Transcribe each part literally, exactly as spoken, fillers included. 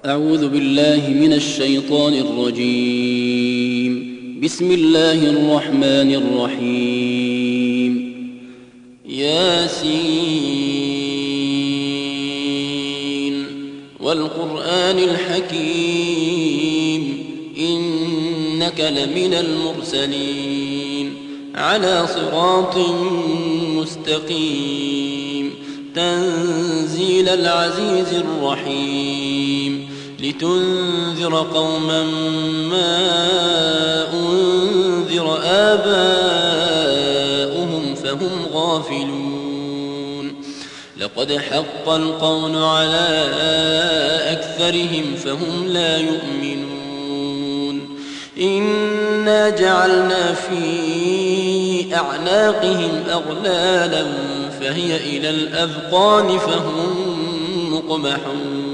أعوذ بالله من الشيطان الرجيم. بسم الله الرحمن الرحيم. ياسين والقرآن الحكيم إنك لمن المرسلين على صراط مستقيم تنزيل العزيز الرحيم لتنذر قوما ما أنذر آباؤهم فهم غافلون لقد حق القول على أكثرهم فهم لا يؤمنون إنا جعلنا في أعناقهم أغلالا فهي إلى الأذقان فهم مقمحون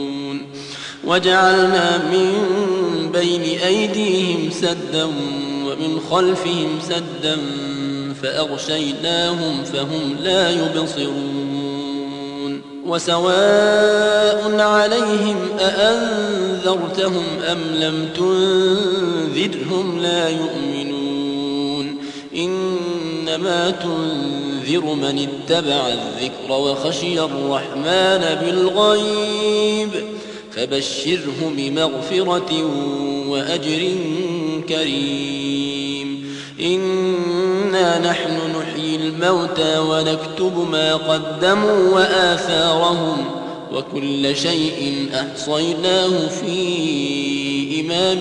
وجعلنا من بين أيديهم سدا ومن خلفهم سدا فأغشيناهم فهم لا يبصرون وسواء عليهم أأنذرتهم أم لم تنذرهم لا يؤمنون إنما تنذر من اتبع الذكر وخشي الرحمن بالغيب فبشره بمغفرة وأجر كريم إنا نحن نحيي الموتى ونكتب ما قدموا وآثارهم وكل شيء أحصيناه في إمام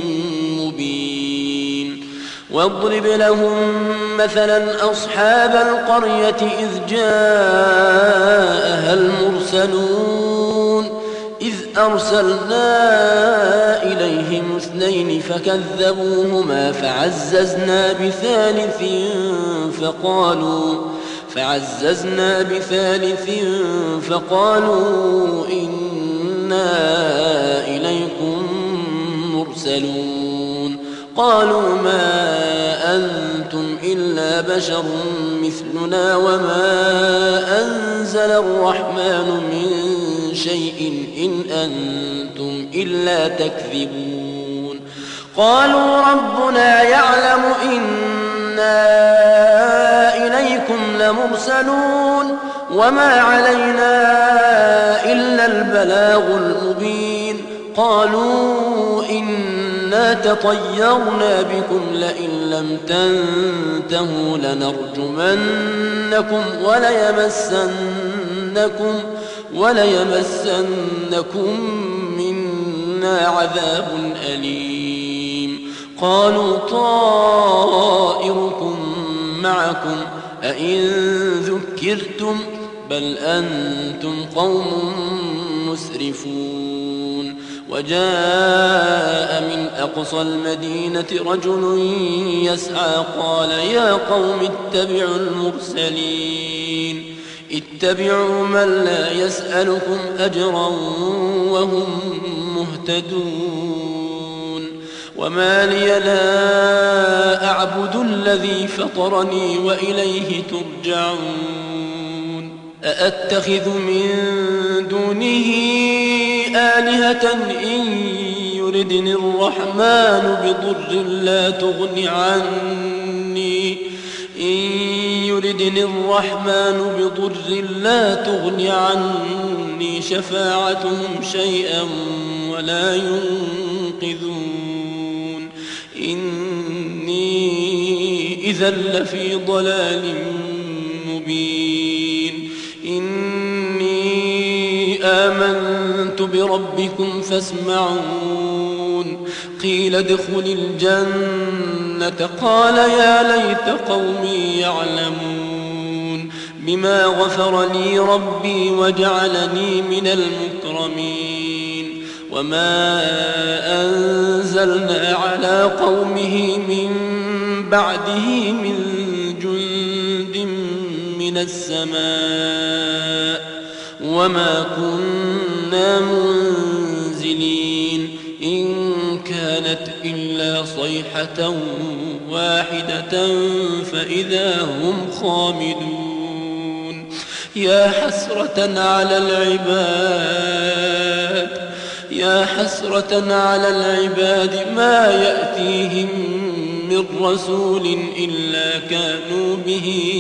مبين واضرب لهم مثلا أصحاب القرية إذ جاءها المرسلون إذ أرسلنا إليهم اثنين فكذبوهما فعززنا بثالث فقالوا فعززنا بثالث فقالوا إنا إليكم مرسلون قالوا ما أنتم إلا بشر مثلنا وما أنزل الرحمن من شيء إن أنتم إلا تكذبون قالوا ربنا يعلم إنا إليكم لمرسلون وما علينا إلا البلاغ المبين قالوا إنا تطيرنا بكم لئن لم تنتهوا لنرجمنكم وليمسنكم وليمسنكم منا عذاب أليم قالوا طائركم معكم أئن ذكرتم بل أنتم قوم مسرفون وجاء من أقصى المدينة رجل يسعى قال يا قوم اتبعوا المرسلين اتبعوا من لا يسألكم أجرا وهم مهتدون وما لي لا أعبد الذي فطرني وإليه ترجعون أأتخذ من دونه آلهة إن يردني الرحمن بضر لا تغن عني إن يردني الرحمن بضر لا تغن عني شفاعتهم شيئا ولا ينقذون إني إذا لفي ضلال مبين إني آمنت بربكم فاسمعون قيل ادخل الجنة قال يا ليت قومي يعلمون بما غفر لي ربي وجعلني من المكرمين وما أنزلنا على قومه من بعده من جند من السماء وما كنا منزلين إن كانت إلا صيحة واحدة فإذا هم خامدون يا حسرة على العباد يا حسرة على العباد ما يأتيهم من رسول إلا كانوا به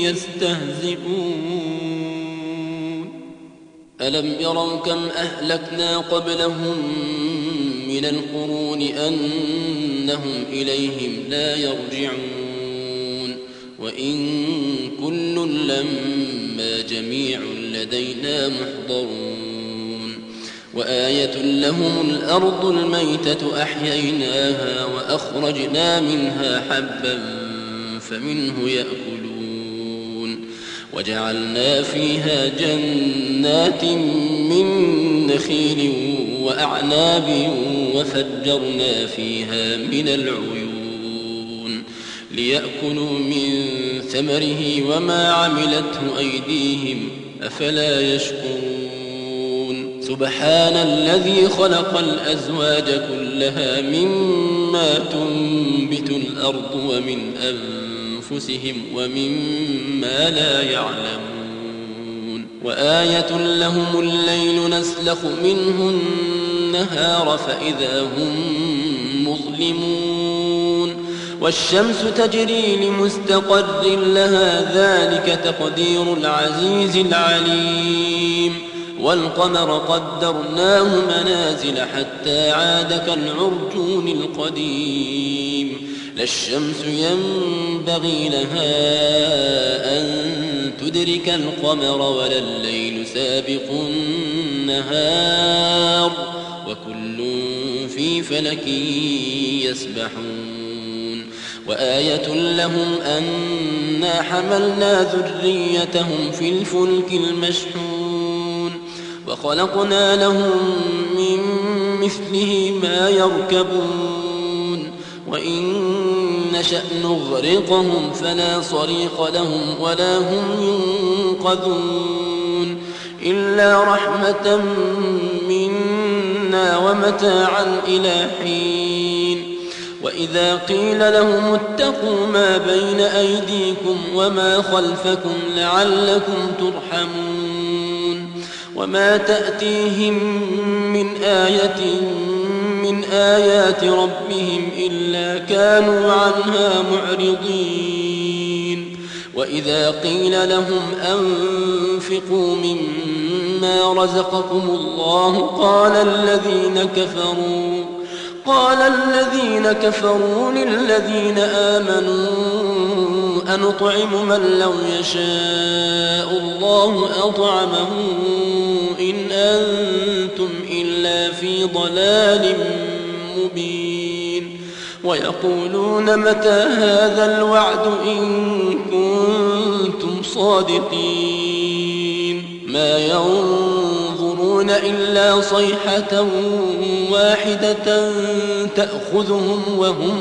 يستهزئون ألم يروا كم أهلكنا قبلهم من القرون أنهم إليهم لا يرجعون وإن كل لما جميع لدينا محضرون وآية لهم الأرض الميتة أحييناها وأخرجنا منها حبا فمنه يأكلون وجعلنا فيها جنات من نخيل وأعناب وفجرنا فيها من العيون ليأكلوا من ثمره وما عملته أيديهم أفلا يشكرون سبحان الذي خلق الأزواج كلها مما تنبت الأرض ومن أنفسهم ومما لا يعلمون وآية لهم الليل نسلخ منه النهار فإذا هم مظلمون والشمس تجري لمستقر لها ذلك تقدير العزيز العليم والقمر قدرناه منازل حتى عاد كالعرجون القديم لا الشمس ينبغي لها أن تدرك القمر ولا الليل سابق النهار وكل في فلك يسبحون وآية لهم أنا حملنا ذريتهم في الفلك المشحون وخلقنا لهم من مثله ما يركبون وإن نشأ نغرقهم فلا صريخ لهم ولا هم ينقذون إلا رحمة منا ومتاعا إلى حين وإذا قيل لهم اتقوا ما بين أيديكم وما خلفكم لعلكم ترحمون وما تأتيهم من آية من آيات ربهم إلا كانوا عنها معرضين وإذا قيل لهم أنفقوا مما رزقكم الله قال الذين كفروا قال الذين كفروا للذين آمنوا أنطعم من لو يشاء الله أطعمه إن أنتم إلا في ضلال مبين ويقولون متى هذا الوعد إن كنتم صادقين ما ينظرون إلا صيحة واحدة تأخذهم وهم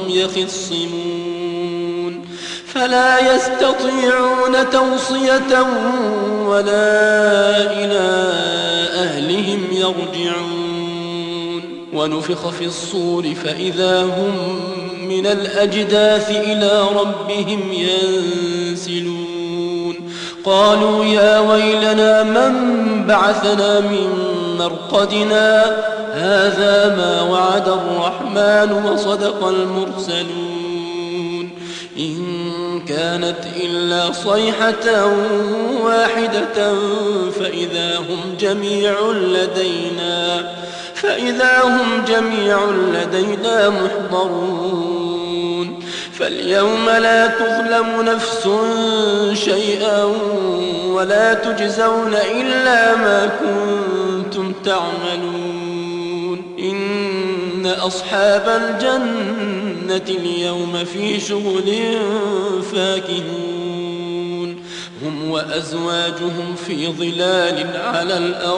يخصمون فلا يستطيعون توصية ولا إلى أهلهم يرجعون ونفخ في الصور فإذا هم من الأجداث إلى ربهم ينسلون قالوا يا ويلنا من بعثنا من مرقدنا هذا ما وعد الرحمن وصدق المرسلون إن كانت إلا صيحة واحدة فإذا هم جميع لدينا فإذا هم جميع لدينا محضرون فاليوم لا تظلم نفس شيئا ولا تجزون إلا ما كنتم تعملون إن أصحاب الجنة اليوم في شغل فاكهون هم وأزواجهم في ظلال على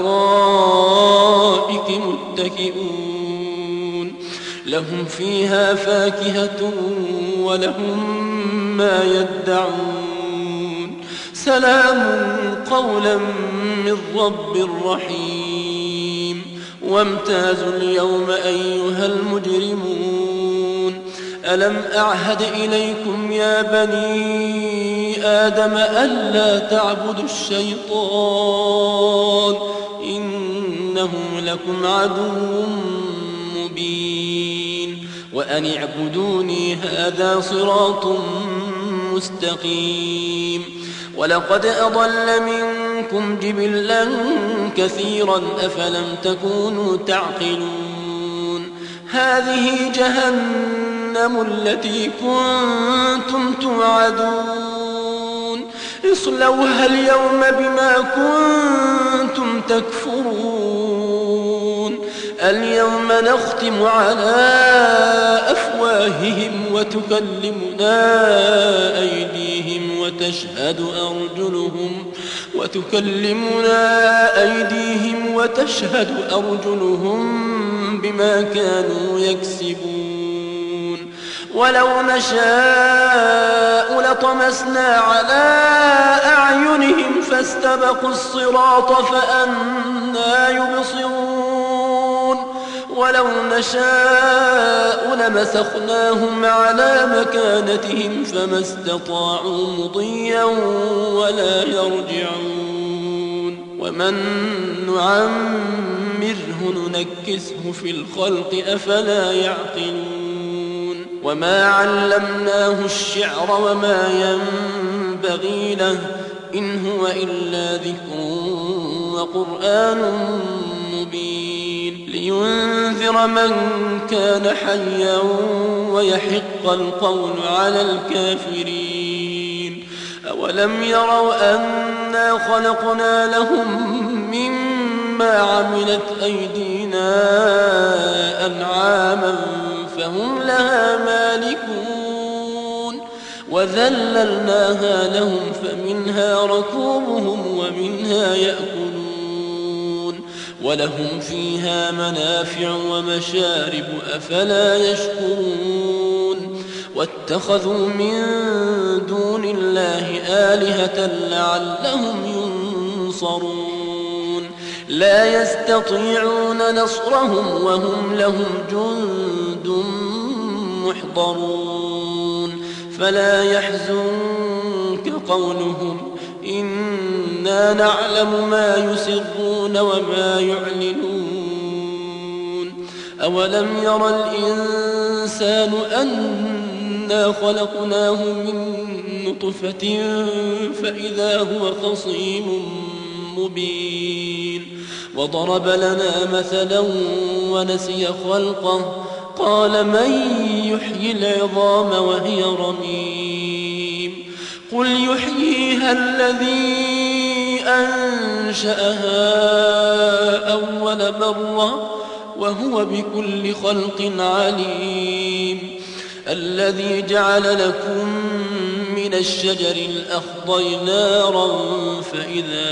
الأرائك متكئون لهم فيها فاكهة ولهم ما يدعون سلام قولا من رب رحيم وامتازوا اليوم أيها المجرمون ألم أعهد إليكم يا بني آدم ألا تعبدوا الشيطان إنه لكم عدو وأن اعبدوني هذا صراط مستقيم ولقد أضل منكم جبلا كثيرا أفلم تكونوا تعقلون هذه جهنم التي كنتم توعدون اصلوها اليوم بما كنتم تكفرون اليوم نختم على أفواههم وتكلمنا أيديهم وتشهد أرجلهم وتكلمنا أيديهم وتشهد أرجلهم بما كانوا يكسبون ولو نشاء لطمسنا على أعينهم فاستبقوا الصراط فأنى يبصرون ولو نشاء لمسخناهم على مكانتهم فما استطاعوا مضيا ولا يرجعون ومن نعمره ننكسه في الخلق أفلا يعقلون وما علمناه الشعر وما ينبغي له إن هو إلا ذكر وقرآن مبين لينذر من كان حيا ويحق القول على الكافرين أولم يروا أنا خلقنا لهم مما عملت أيدينا أنعاما فهم لها مالكون وذللناها لهم فمنها ركوبهم ومنها يأكلون ولهم فيها منافع ومشارب أفلا يشكرون واتخذوا من دون الله آلهة لعلهم ينصرون لا يستطيعون نصرهم وهم لهم جند محضرون فلا يحزنك قولهم إنا نعلم ما يسرون وما يعلنون أولم ير الإنسان أنا خلقناه من نطفة فإذا هو خصيم مبين وضرب لنا مثلا ونسي خلقه قال من يحيي العظام وهي رميم قل يحييها الذي أنشأها أول مرة وهو بكل خلق عليم الذي جعل لكم من الشجر الأخضر نارا فإذا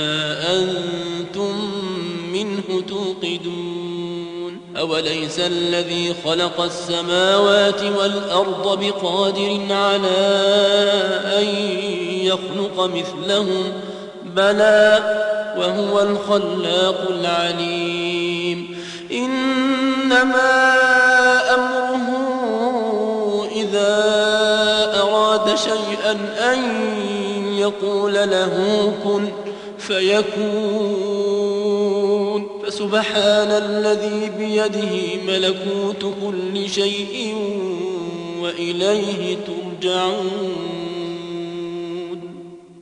أنتم منه توقدون أوليس الذي خلق السماوات والأرض بقادر على أن يخلق مثلهم بلى وهو الخلاق العليم إنما أمره إذا أراد شيئا أن يقول له كن فيكون فسبحان الذي بيده ملكوت كل شيء وإليه ترجعون